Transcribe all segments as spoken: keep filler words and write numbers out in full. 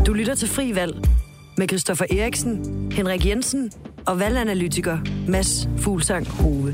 Du lytter til Fri Valg med Christoffer Eriksen, Henrik Jensen og valganalytiker Mads Fuglsang Hove.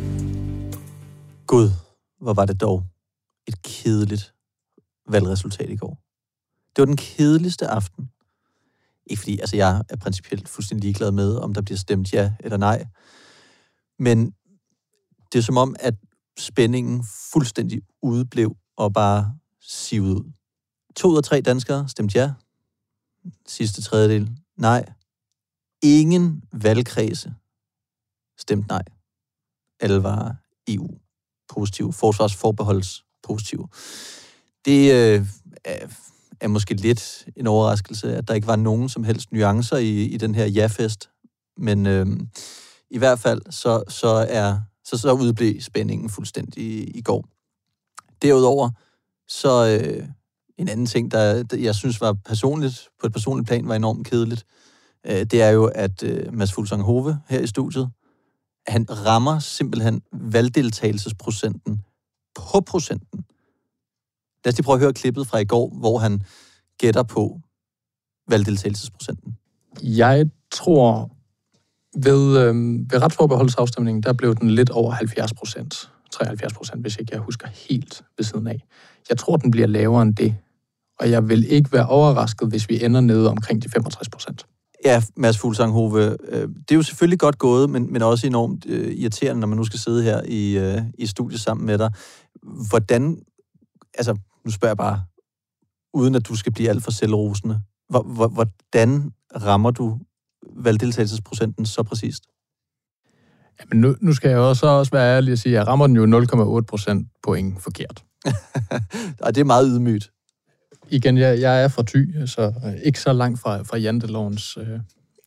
Gud, hvor var det dog et kedeligt valgresultat i går. Det var den kedeligste aften. Ikke fordi, altså jeg er principielt fuldstændig ligeglad med, om der bliver stemt ja eller nej. Men det er som om, at spændingen fuldstændig udeblev og bare sivede ud. To ud af tre danskere stemte ja. Sidste tredjedel, nej. Ingen valgkredse stemte nej. Alle var E U-positive. Forsvarsforbeholds-positive. Det øh, er, er måske lidt en overraskelse, at der ikke var nogen som helst nuancer i, i den her ja-fest. Men øh, i hvert fald, så, så, er, så, så udblev spændingen fuldstændig i, i går. Derudover, så... Øh, En anden ting, der, der jeg synes var personligt, på et personligt plan, var enormt kedeligt, øh, det er jo, at øh, Mads Fuglsang Hove her i studiet, han rammer simpelthen valgdeltagelsesprocenten på procenten. Lad os lige prøve at høre klippet fra i går, hvor han gætter på valgdeltagelsesprocenten. Jeg tror, ved, øh, ved retsforbeholdsafstemningen, der blev den lidt over halvfjerds procent. treoghalvfjerds procent, hvis ikke jeg husker helt ved siden af. Jeg tror, den bliver lavere end det. Og jeg vil ikke være overrasket, hvis vi ender nede omkring de femogtres procent. Ja, Mads Fuglsang Hove, øh, det er jo selvfølgelig godt gået, men, men også enormt øh, irriterende, når man nu skal sidde her i, øh, i studiet sammen med dig. Hvordan, altså nu spørger jeg bare, uden at du skal blive alt for selvrosende, hvordan rammer du valgdeltagelsesprocenten så præcist? Jamen nu, nu skal jeg også, også være ærlig og sige, at jeg rammer den jo nul komma otte procent point forkert. Og det er meget ydmygt. Igen, jeg, jeg er fra Thy, så ikke så langt fra, fra jantelovens øh,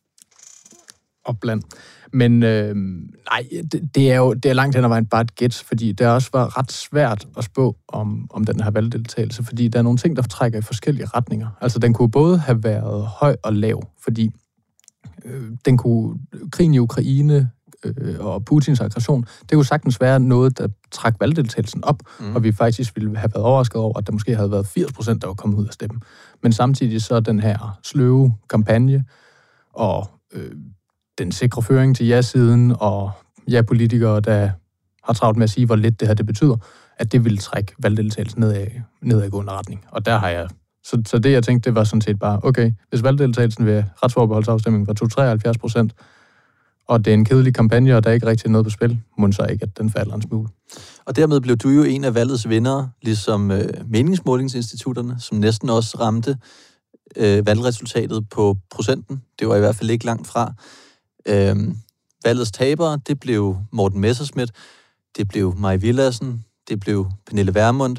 opland. Men øh, nej, det, det er jo det er langt hen ad vejen bare et gæt, fordi det også var ret svært at spå om, om den her valgdeltagelse, fordi der er nogle ting, der trækker i forskellige retninger. Altså, den kunne både have været høj og lav, fordi øh, den kunne, krigen i Ukraine øh, og Putins aggression, det kunne sagtens være noget, der trak valgdeltagelsen op, mm. og vi faktisk ville have været overrasket over, at der måske havde været firs procent, der var kommet ud af stemmen. Men samtidig så den her sløve kampagne, og øh, den sikre føring til ja-siden, og ja-politikere, der har travlt med at sige, hvor lidt det her det betyder, at det ville trække valgdeltagelsen nedad, nedadgående retning. Og der har jeg... Så, så det, jeg tænkte, det var sådan set bare, okay, hvis valgdeltagelsen ved retsforbeholdsafstemningen var treoghalvfjerds procent, og det er en kedelig kampagne, og der er ikke rigtig noget på spil, må så ikke, at den falder en smule. Og dermed blev du jo en af valgets vindere, ligesom øh, meningsmålingsinstitutterne, som næsten også ramte øh, valgresultatet på procenten. Det var i hvert fald ikke langt fra. Øh, valgets tabere, det blev Morten Messerschmidt, det blev Mai Villadsen, det blev Pernille Vermund.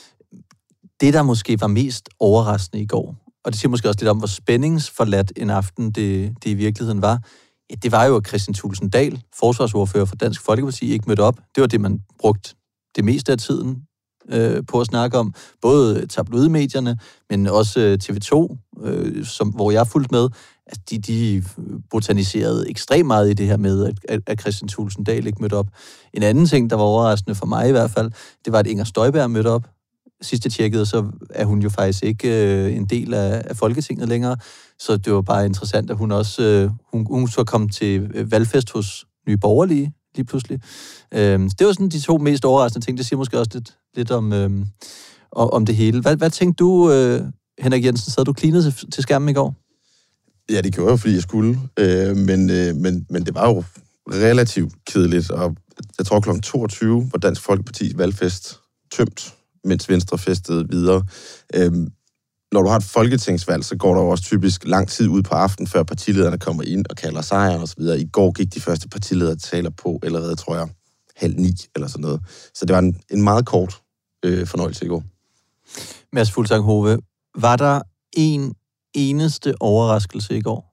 Det, der måske var mest overraskende i går, og det siger måske også lidt om, hvor spændingsforladt en aften det, det i virkeligheden var, ja, det var jo, at Kristian Thulesen Dahl, forsvarsordfører for Dansk Folkeparti, ikke mødte op. Det var det, man brugte det meste af tiden øh, på at snakke om. Både tabloidmedierne, men også øh, T V to, øh, som, hvor jeg fulgte med. Altså, de, de botaniserede ekstremt meget i det her med, at, at Kristian Thulesen Dahl ikke mødte op. En anden ting, der var overraskende for mig i hvert fald, det var, at Inger Støjberg mødte op. Sidst jeg tjekkede, så er hun jo faktisk ikke øh, en del af, af Folketinget længere. Så det var bare interessant, at hun også øh, hun, hun så kom til valgfest hos Nye Borgerlige lige pludselig. Øh, det var sådan de to mest overraskende ting. Det siger måske også lidt, lidt om, øh, om det hele. Hvad, hvad tænkte du, øh, Henrik Jensen? Sad du klinet til, til skærmen i går? Ja, det gjorde jeg, fordi jeg skulle. Øh, men, øh, men, men det var jo relativt kedeligt. Og jeg tror klokken toogtyve var Dansk Folkepartis valgfest tømt, mens Venstre festede videre. Øhm, når du har et folketingsvalg, så går der jo også typisk lang tid ud på aftenen, før partilederne kommer ind og kalder sejren og så videre. I går gik de første partiledertaler på allerede, tror jeg, halv ni eller sådan noget. Så det var en, en meget kort øh, fornøjelse i går. Mads Fuglsang Hove, var der en eneste overraskelse i går?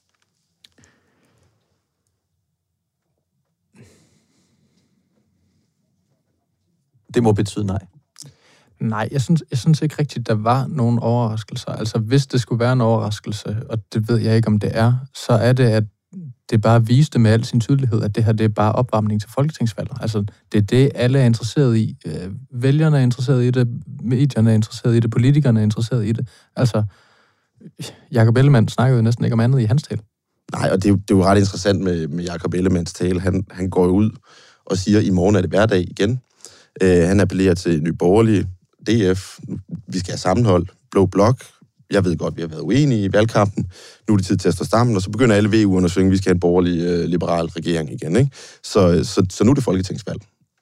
Det må betyde nej. Nej, jeg synes, jeg synes ikke rigtigt, der var nogen overraskelser. Altså, hvis det skulle være en overraskelse, og det ved jeg ikke, om det er, så er det, at det bare viste med al sin tydelighed, at det her det er bare opvarmning til folketingsvalget. Altså, det er det, alle er interesseret i. Vælgerne er interesseret i det, medierne er interesseret i det, politikerne er interesseret i det. Altså, Jakob Ellemann snakkede jo næsten ikke om andet i hans tale. Nej, og det er, jo, det er jo ret interessant med, med Jakob Ellemanns tale. Han, han går ud og siger, at i morgen er det hverdag igen. Uh, han appellerer til Nye Borgerlige, D F, vi skal have sammenhold, Blå Blok. Jeg ved godt, vi har været uenige i valgkampen. Nu er det tid til at stå sammen, og så begynder alle V U'erne at synge, at vi skal have en borgerlig, uh, liberal regering igen. Ikke? Så, så, så nu er det folketingsvalg.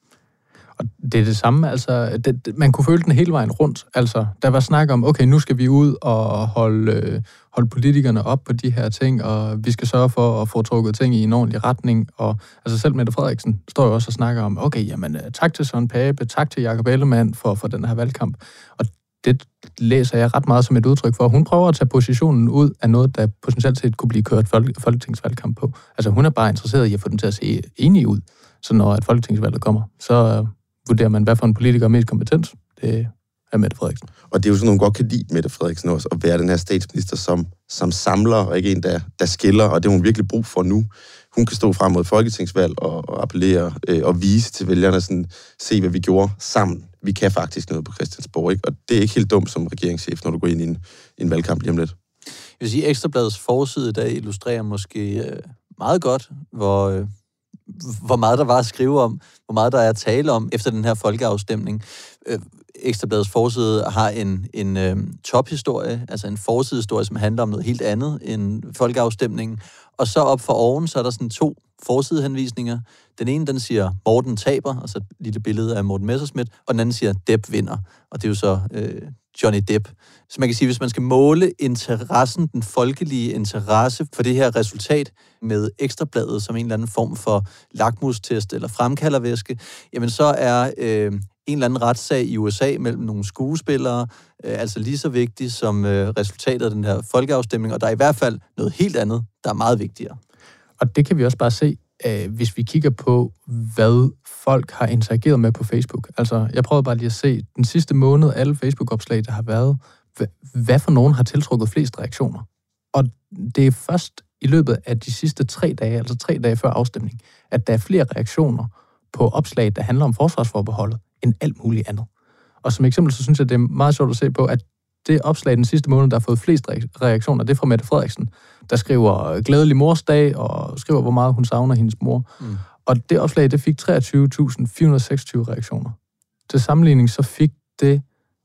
Og det er det samme, altså, det, det, man kunne føle den hele vejen rundt. Altså, der var snak om, okay, nu skal vi ud og holde, øh, holde politikerne op på de her ting, og vi skal sørge for at få trukket ting i en ordentlig retning. Og altså selv Mette Frederiksen står jo også og snakker om, okay, jamen, tak til Søren Pape, tak til Jakob Ellemann for, for den her valgkamp. Og det læser jeg ret meget som et udtryk for. Hun prøver at tage positionen ud af noget, der potentielt set kunne blive kørt folk, folketingsvalgkamp på. Altså, hun er bare interesseret i at få dem til at se enige ud. Så når et folketingsvalg kommer, så vurderer man, hvad for en politiker er mest kompetent. Det er Mette Frederiksen. Og det er jo sådan, hun godt kan lide Mette Frederiksen også, at være den her statsminister, som, som samler, og ikke en, der, der skiller, og det har hun virkelig brug for nu. Hun kan stå frem mod folketingsvalg og, og appellere øh, og vise til vælgerne, sådan, se hvad vi gjorde sammen. Vi kan faktisk noget på Christiansborg, ikke? Og det er ikke helt dumt som regeringschef, når du går ind i en, en valgkamp lige om lidt. Jeg vil sige, Ekstrabladets forside i dag illustrerer måske øh, meget godt, hvor... Øh hvor meget der var at skrive om, hvor meget der er at tale om efter den her folkeafstemning. Øh, Ekstrabladets forside har en, en øh, tophistorie, altså en forsidehistorie, som handler om noget helt andet end folkeafstemningen. Og så op for oven, så er der sådan to forsidehenvisninger. Den ene, den siger, Morten taber, og så et lille billede af Morten Messerschmidt, og den anden siger, Depp vinder. Og det er jo så øh, Johnny Depp. Så man kan sige, hvis man skal måle interessen, den folkelige interesse for det her resultat med Ekstrabladet som en eller anden form for lakmustest eller fremkaldervæske, jamen så er øh, en eller anden retssag i U S A mellem nogle skuespillere øh, altså lige så vigtig som øh, resultatet af den her folkeafstemning, og der er i hvert fald noget helt andet, der er meget vigtigere. Og det kan vi også bare se, øh, hvis vi kigger på, hvad folk har interageret med på Facebook. Altså, jeg prøvede bare lige at se den sidste måned, alle Facebook-opslag, der har været, hvad for nogen har tiltrukket flest reaktioner. Og det er først i løbet af de sidste tre dage, altså tre dage før afstemning, at der er flere reaktioner på opslag, der handler om forsvarsforbeholdet, end alt muligt andet. Og som eksempel, så synes jeg, det er meget sjovt at se på, at det opslag den sidste måned, der har fået flest reaktioner, det er fra Mette Frederiksen, der skriver glædelig morsdag, og skriver, hvor meget hun savner hendes mor. Mm. Og det opslag, det fik treogtyve tusind fire hundrede og seksogtyve reaktioner. Til sammenligning, så fik det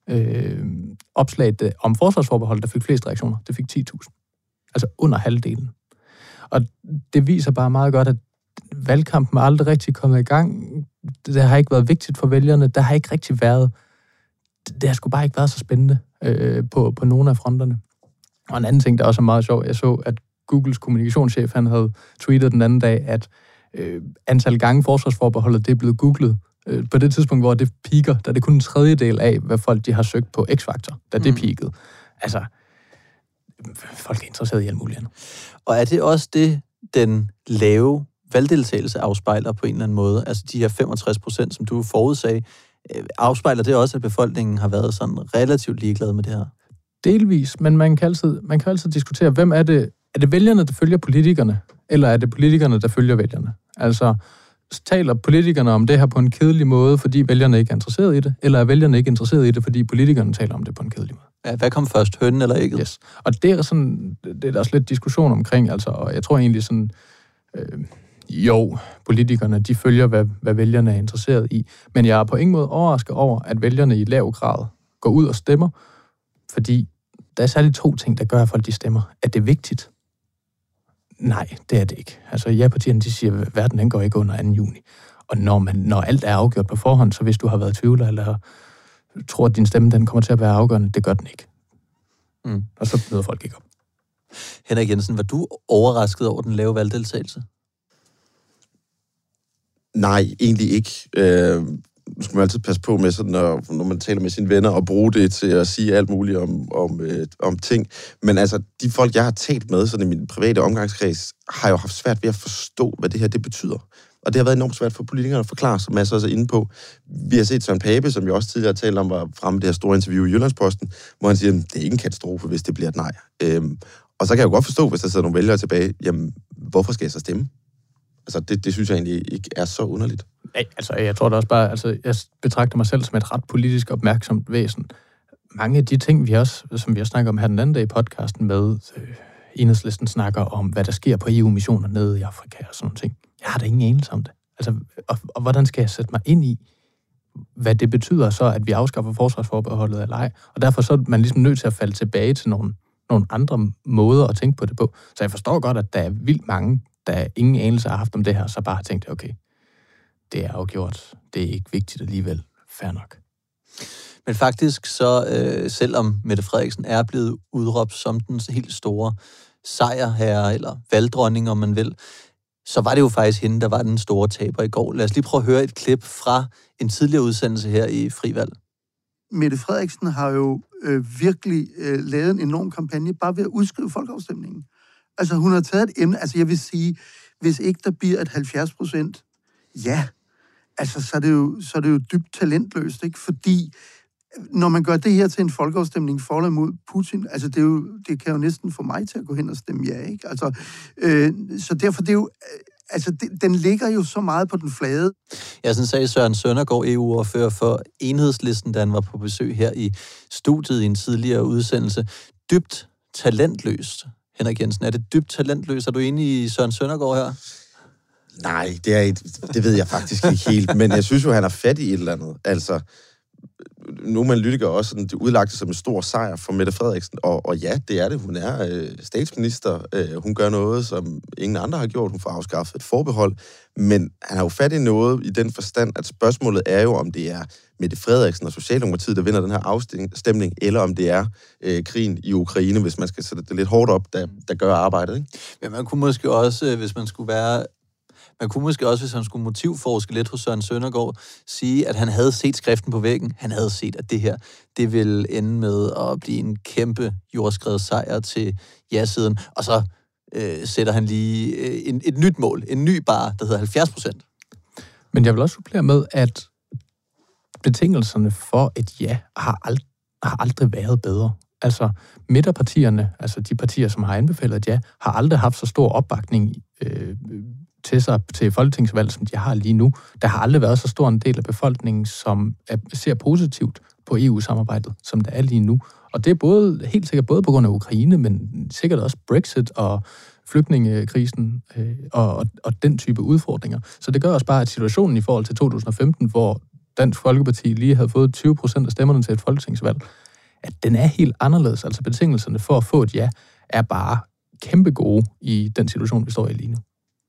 øh, opslag det, om forsvarsforbeholdet, der fik flest reaktioner, det fik ti tusind. Altså under halvdelen. Og det viser bare meget godt, at valgkampen er aldrig rigtig kommet i gang. Det har ikke været vigtigt for vælgerne. Der har ikke rigtig været... Det har sgu bare ikke været så spændende øh, på, på nogle af fronterne. Og en anden ting, der også er meget sjov, jeg så, at Googles kommunikationschef, han havde tweetet den anden dag, at øh, antal gange forsvarsforbeholdet, det er blevet googlet. Øh, på det tidspunkt, hvor det piker, der er det kun en tredjedel af, hvad folk de har søgt på X-Factor, da det mm. peakede. Altså, folk er interesseret i alt muligt andet. Og er det også det, den lave valgdeltagelse afspejler på en eller anden måde? Altså de her femogtres procent, som du forudsagde, afspejler det også, at befolkningen har været sådan relativt ligeglad med det her? Delvis, men man kan altid, man kan altid diskutere, hvem er det, er det vælgerne, der følger politikerne, eller er det politikerne, der følger vælgerne? Altså, taler politikerne om det her på en kedelig måde, fordi vælgerne ikke er interesseret i det, eller er vælgerne ikke interesseret i det, fordi politikerne taler om det på en kedelig måde? Ja, hvad kom først, hønnen eller ægget? Yes. Og det er sådan, det er der også lidt diskussion omkring, altså, og jeg tror egentlig sådan, øh, jo, politikerne, de følger, hvad, hvad vælgerne er interesseret i. Men jeg er på ingen måde overrasket over, at vælgerne i lav grad går ud og stemmer, fordi der er særligt to ting, der gør, at folk de stemmer. Er det vigtigt? Nej, det er det ikke. Altså, ja-partierne, de siger, at verden den går ikke under anden juni. Og når, man, når alt er afgjort på forhånd, så hvis du har været tvivler, eller tror, at din stemme den kommer til at være afgørende, det gør den ikke. Mm. Og så møder folk ikke op. Henrik Jensen, var du overrasket over den lave valgdeltagelse? Nej, egentlig ikke. Øh, nu skal man altid passe på med, sådan, når, når man taler med sine venner, og bruge det til at sige alt muligt om, om, øh, om ting. Men altså, de folk, jeg har talt med sådan i min private omgangskreds, har jo haft svært ved at forstå, hvad det her det betyder. Og det har været enormt svært for politikerne at forklare, som Mads også er inde på. Vi har set Søren Pape, som jeg også tidligere har talt om, var fremme i det her store interview i Jyllandsposten, hvor han siger, at det er ikke en katastrofe, hvis det bliver et nej. Øhm, og så kan jeg jo godt forstå, hvis der sidder nogle vælgere tilbage, jamen, hvorfor skal jeg så stemme? Altså, det, det synes jeg egentlig ikke er så underligt. Nej, altså, jeg tror da også bare, altså, jeg betragter mig selv som et ret politisk opmærksomt væsen. mange af de ting, vi også, som vi også snakker om her den anden dag i podcasten med, øh, Enhedslisten snakker om, hvad der sker på E U-missioner nede i Afrika og sådan nogle ting. Jeg har da ingen anelse om det. Altså, og, og hvordan skal jeg sætte mig ind i, hvad det betyder så, at vi afskaffer forsvarsforbeholdet eller ej. Og derfor så er man ligesom nødt til at falde tilbage til nogle, nogle andre måder at tænke på det på. Så jeg forstår godt, at der er vildt mange, der ingen anelse har haft om det her, så bare har tænkt, okay, det er afgjort. Det er ikke vigtigt alligevel. Fair nok. Men faktisk så, øh, selvom Mette Frederiksen er blevet udråbt som den helt store sejrherre, eller valgdronning, om man vil, så var det jo faktisk hende, der var den store taber i går. Lad os lige prøve at høre et klip fra en tidligere udsendelse her i Frivalg. Mette Frederiksen har jo øh, virkelig øh, lavet en enorm kampagne bare ved at udskrive folkeafstemningen. Altså hun har taget et emne, altså jeg vil sige, hvis ikke der bliver et halvfjerds procent ja, altså så er det jo, så er det jo dybt talentløst, ikke? Fordi når man gør det her til en folkeafstemning for eller imod Putin, altså det, er jo, det kan jo næsten få mig til at gå hen og stemme ja, ikke? Altså, øh, så derfor det er jo, altså det, den ligger jo så meget på den flade. Ja, sådan sagde Søren Søndergaard, E U-ordfører for Enhedslisten, da han var på besøg her i studiet i en tidligere udsendelse. Dybt talentløst, Henrik Jensen. Er det dybt talentløst? Er du enig i Søren Søndergaard her? Nej, det, er et, det ved jeg faktisk ikke helt, men jeg synes jo, han er fat i et eller andet. Altså, nogle analytikere også sådan, det udlagte som en stor sejr for Mette Frederiksen, og, og ja, det er det. Hun er øh, statsminister. Øh, hun gør noget, som ingen andre har gjort. Hun får afskaffet et forbehold, men han har jo fat i noget i den forstand, at spørgsmålet er jo, om det er Mette Frederiksen og Socialdemokratiet, der vinder den her afstemning, eller om det er øh, krigen i Ukraine, hvis man skal sætte det lidt hårdt op, der, der gør arbejdet, ikke? Men man kunne måske også, hvis man skulle være Man kunne måske også, hvis han skulle motivforske lidt hos Søren Søndergaard, sige, at han havde set skriften på væggen. Han havde set, at det her, det ville ende med at blive en kæmpe jordskredet sejr til ja-siden. Og så øh, sætter han lige øh, en, et nyt mål, en ny bar, der hedder halvfjerds procent. Men jeg vil også supplere med, at betingelserne for et ja har, ald- har aldrig været bedre. Altså midterpartierne, altså de partier, som har anbefalet et ja, har aldrig haft så stor opbakning øh, til sig til folketingsvalg, som de har lige nu. Der har aldrig været så stor en del af befolkningen, som er, ser positivt på E U-samarbejdet, som der er lige nu. Og det er både, helt sikkert både på grund af Ukraine, men sikkert også Brexit og flygtningekrisen øh, og, og, og den type udfordringer. Så det gør også bare, at situationen i forhold til to tusind og femten, hvor Dansk Folkeparti lige havde fået tyve procent af stemmerne til et folketingsvalg, at den er helt anderledes. Altså betingelserne for at få et ja, er bare kæmpe gode i den situation, vi står i lige nu.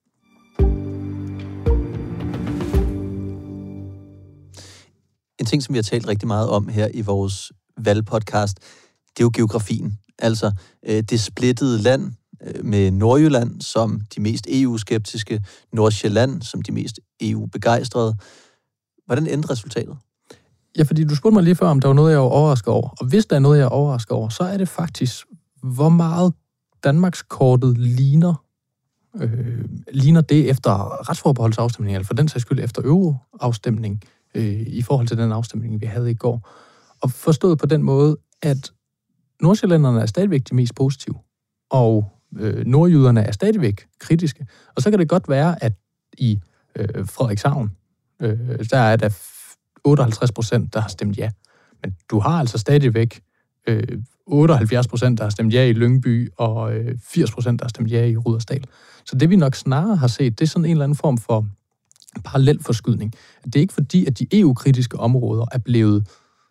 En ting, som vi har talt rigtig meget om her i vores valgpodcast, det er jo geografien. Altså det splittede land med Nordjylland som de mest E U-skeptiske, Nordsjælland som de mest E U-begejstrede. Hvordan endte resultatet? Ja, fordi du spurgte mig lige før, om der var noget, jeg var overrasket over. Og hvis der er noget, jeg er overrasket over, så er det faktisk, hvor meget Danmarkskortet ligner, øh, ligner det efter retsforbeholdsafstemning, eller for den sags skyld efter euroafstemning, øh, i forhold til den afstemning, vi havde i går. Og forstået på den måde, at nordsjællænderne er stadigvæk de mest positive, og øh, nordjyderne er stadigvæk kritiske. Og så kan det godt være, at i øh, Frederikshavn, øh, der er der otteoghalvtreds procent, der har stemt ja. Men du har altså stadigvæk øh, otteoghalvfjerds procent, der har stemt ja i Lyngby, og øh, firs procent, der har stemt ja i Rudersdal. Så det vi nok snarere har set, det er sådan en eller anden form for parallelforskydning. Det er ikke fordi, at de E U-kritiske områder er blevet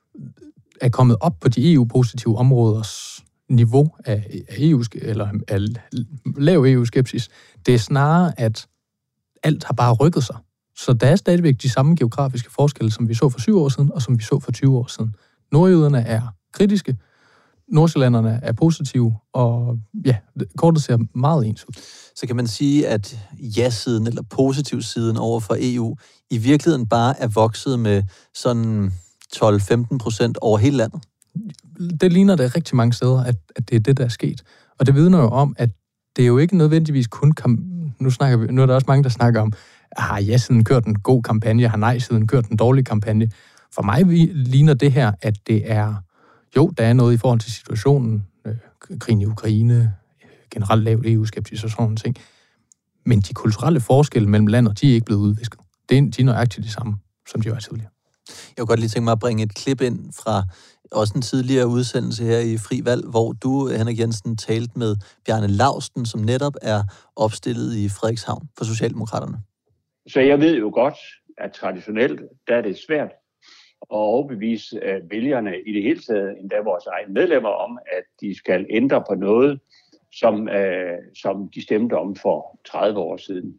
er kommet op på de E U-positive områders niveau af, af E U, eller af lav E U-skepsis. Det er snarere, at alt har bare rykket sig. Så der er stadigvæk de samme geografiske forskelle, som vi så for syv år siden, og som vi så for tyve år siden. Nordjyderne er kritiske, nordsjællanderne er positive, og ja, kortet ser meget ens ud. Så kan man sige, at ja-siden eller positiv-siden over for E U i virkeligheden bare er vokset med sådan tolv til femten procent over hele landet? Det ligner det rigtig mange steder, at, at det er det, der er sket. Og det vidner jo om, at det er jo ikke nødvendigvis kun... Kam- nu, snakker vi, nu er der også mange, der snakker om, har ja-siden kørt en god kampagne, har nej-siden kørt en dårlig kampagne. For mig ligner det her, at det er... Jo, der er noget i forhold til situationen, øh, krigen i Ukraine, generelt lavt E U-skepsis og sådan nogle ting. Men de kulturelle forskelle mellem landet, de er ikke blevet udvisket. Det er, de er nøjagtigt de samme, som de var tidligere. Jeg kunne godt lige tænke mig at bringe et klip ind fra også en tidligere udsendelse her i Fri Valg, hvor du, Henrik Jensen, talte med Bjarne Laustsen, som netop er opstillet i Frederikshavn for Socialdemokraterne. Så jeg ved jo godt, at traditionelt der er det svært at overbevise vælgerne i det hele taget, endda vores egne medlemmer, om, at de skal ændre på noget, som, øh, som de stemte om for tredive år siden.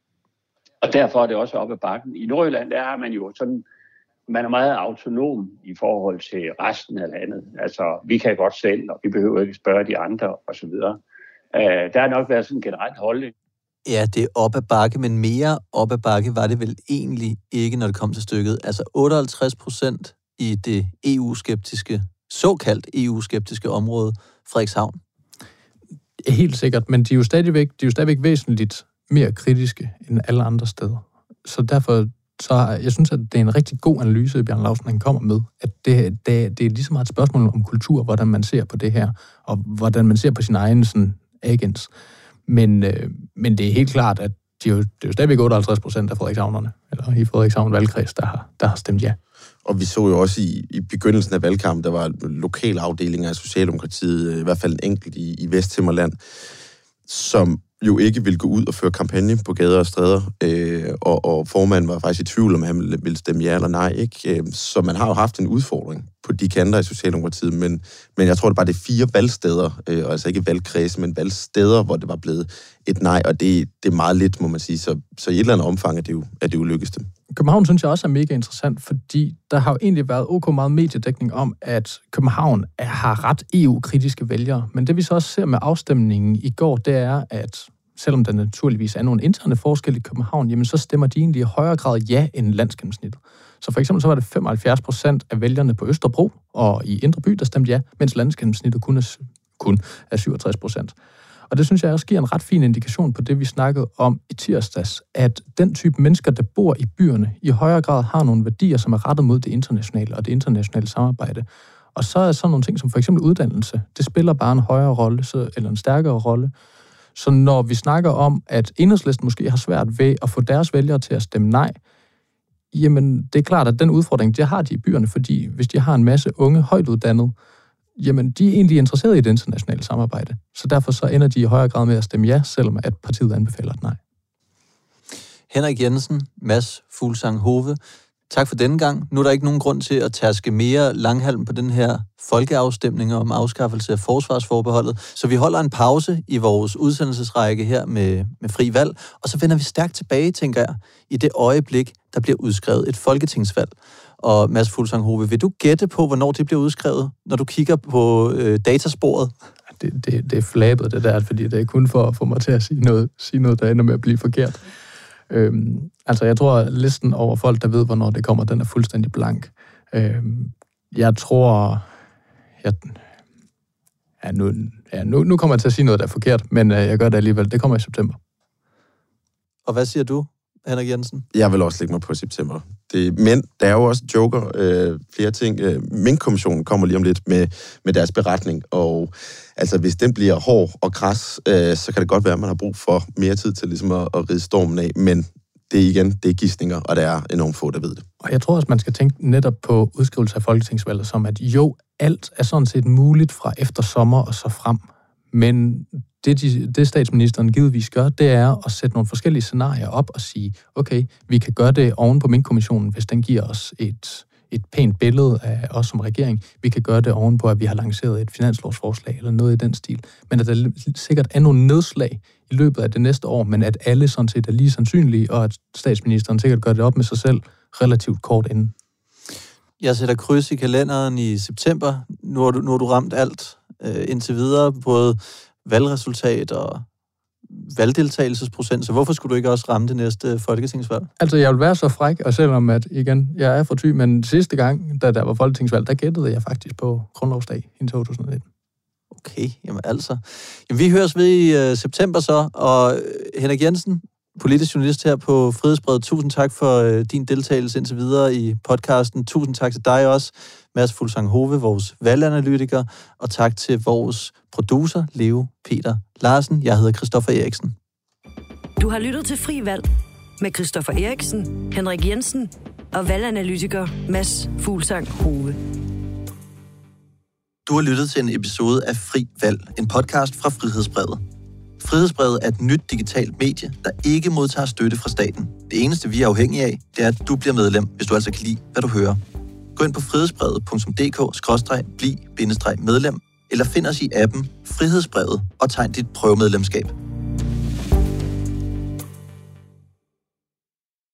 Og derfor er det også oppe ad bakken. I Nordjylland, der har man jo sådan, man er meget autonom i forhold til resten af landet. Altså, vi kan godt selv, og vi behøver ikke spørge de andre, osv. Øh, der har nok været sådan en generelt holdning. Ja, det er op ad bakke, men mere op ad bakke var det vel egentlig ikke, når det kom til stykket. Altså otteoghalvtreds procent i det E U-skeptiske, såkaldt E U-skeptiske område, Frederikshavn. Helt sikkert, men de er jo stadigvæk, de er jo stadigvæk væsentligt mere kritiske end alle andre steder. Så derfor, så jeg synes, at det er en rigtig god analyse, Bjarne Laustsen han kommer med, at det, det, det er lige så meget et spørgsmål om kultur, hvordan man ser på det her, og hvordan man ser på sin egen sådan, agens. Men, øh, men det er helt klart, at de er jo, det er jo stadigvæk otteoghalvtreds procent af Frederikshavnerne, eller i Frederikshavn valgkreds, der har, der har stemt ja. Og vi så jo også i, i begyndelsen af valgkampen, der var lokale afdelinger af Socialdemokratiet, i hvert fald en enkelt i, i Vesthimmerland, som jo ikke ville gå ud og føre kampagne på gader og stræder, øh, og, og formanden var faktisk i tvivl, om han ville stemme ja eller nej, ikke? Så man har jo haft en udfordring på de kanter i Socialdemokratiet, men, men jeg tror, det bare det er fire valgsteder, øh, altså ikke valgkredse, men valgsteder, hvor det var blevet et nej, og det, det er meget lidt, må man sige, så, så i et eller andet omfang er det jo, er det jo lykkedes dem. København synes jeg også er mega interessant, fordi der har jo egentlig været ok meget mediedækning om, at København er, har ret E U-kritiske vælgere. Men det vi så også ser med afstemningen i går, det er, at selvom der naturligvis er nogle interne forskelle i København, jamen så stemmer de egentlig i højere grad ja end landsgennemsnittet. Så for eksempel så var det femoghalvfjerds procent af vælgerne på Østerbro og i Indre By, der stemte ja, mens landsgennemsnittet kun er, kun er syvogtres procent. Og det synes jeg også giver en ret fin indikation på det, vi snakkede om i tirsdags, at den type mennesker, der bor i byerne, i højere grad har nogle værdier, som er rettet mod det internationale og det internationale samarbejde. Og så er sådan nogle ting som for eksempel uddannelse, det spiller bare en højere rolle, så, eller en stærkere rolle. Så når vi snakker om, at Enhedslisten måske har svært ved at få deres vælgere til at stemme nej, jamen det er klart, at den udfordring, det har de i byerne, fordi hvis de har en masse unge, højtuddannede, jamen de er egentlig interesserede i det internationale samarbejde. Så derfor så ender de i højere grad med at stemme ja, selvom at partiet anbefaler et nej. Henrik Jensen, Mads Fuglsang Hove, tak for denne gang. Nu er der ikke nogen grund til at tærske mere langhalm på den her folkeafstemning om afskaffelse af forsvarsforbeholdet. Så vi holder en pause i vores udsendelsesrække her med, med Fri Valg, og så vender vi stærkt tilbage, tænker jeg, i det øjeblik, der bliver udskrevet et folketingsvalg. Og Mads Fuglsang Hove, vil du gætte på, hvornår det bliver udskrevet, når du kigger på øh, datasporet? Det, det, det er flabet, det der, fordi det er kun for at få mig til at sige noget, sige noget der ender med at blive forkert. Øhm, altså, jeg tror, at listen over folk, der ved, hvornår det kommer, den er fuldstændig blank. Øhm, jeg tror... Jeg, ja, nu, ja nu, nu kommer jeg til at sige noget, der er forkert, men øh, jeg gør det alligevel. Det kommer i september. Og hvad siger du, Henrik Jensen? Jeg vil også lægge mig på september. Det, men der er jo også joker, øh, flere ting. Øh, Mink-kommissionen kommer lige om lidt med, med deres beretning, og altså, hvis den bliver hård og kras, øh, så kan det godt være, at man har brug for mere tid til ligesom at, at ride stormen af, men det er igen, det er gidsninger, og der er enormt få, der ved det. Og jeg tror også, man skal tænke netop på udskrivelse af folketingsvalget som, at jo, alt er sådan set muligt fra efter sommer og så frem, men det, de, det statsministeren givetvis gør, det er at sætte nogle forskellige scenarier op og sige, okay, vi kan gøre det oven på Mink-kommissionen, hvis den giver os et, et pænt billede af os som regering. Vi kan gøre det oven på, at vi har lanceret et finanslovsforslag eller noget i den stil. Men at der sikkert er nogle nedslag i løbet af det næste år, men at alle sådan set er lige sandsynlige, og at statsministeren sikkert gør det op med sig selv relativt kort inden. Jeg sætter kryds i kalenderen i september. Nu har du, nu har du ramt alt øh, indtil videre, både valgresultat og valgdeltagelsesprocent, så hvorfor skulle du ikke også ramme det næste folketingsvalg? Altså, jeg vil være så fræk, og selvom at, igen, jeg er fra Thy, men sidste gang, da der var folketingsvalg, der gættede jeg faktisk på grundlovsdag i to tusind nitten. Okay, jamen altså. Jamen, vi høres ved i uh, september så, og Henrik Jensen, politisk journalist her på Frihedsbrevet, tusind tak for uh, din deltagelse indtil videre i podcasten. Tusind tak til dig også, Mads Fuglsang Hove, vores valganalytiker, og tak til vores producer, Leo Peter Larsen. Jeg hedder Christoffer Eriksen. Du har lyttet til Fri Valg med Christoffer Eriksen, Henrik Jensen og valganalytiker Mads Fuglsang Hove. Du har lyttet til en episode af Fri Valg, en podcast fra Frihedsbrevet. Frihedsbrevet er et nyt digitalt medie, der ikke modtager støtte fra staten. Det eneste, vi er afhængige af, det er, at du bliver medlem, hvis du altså kan lide, hvad du hører. Gå ind på frihedsbrevet punktum d k skråstreg bliv bindestreg medlem, eller find os i appen Frihedsbrevet og tegn dit prøvemedlemskab.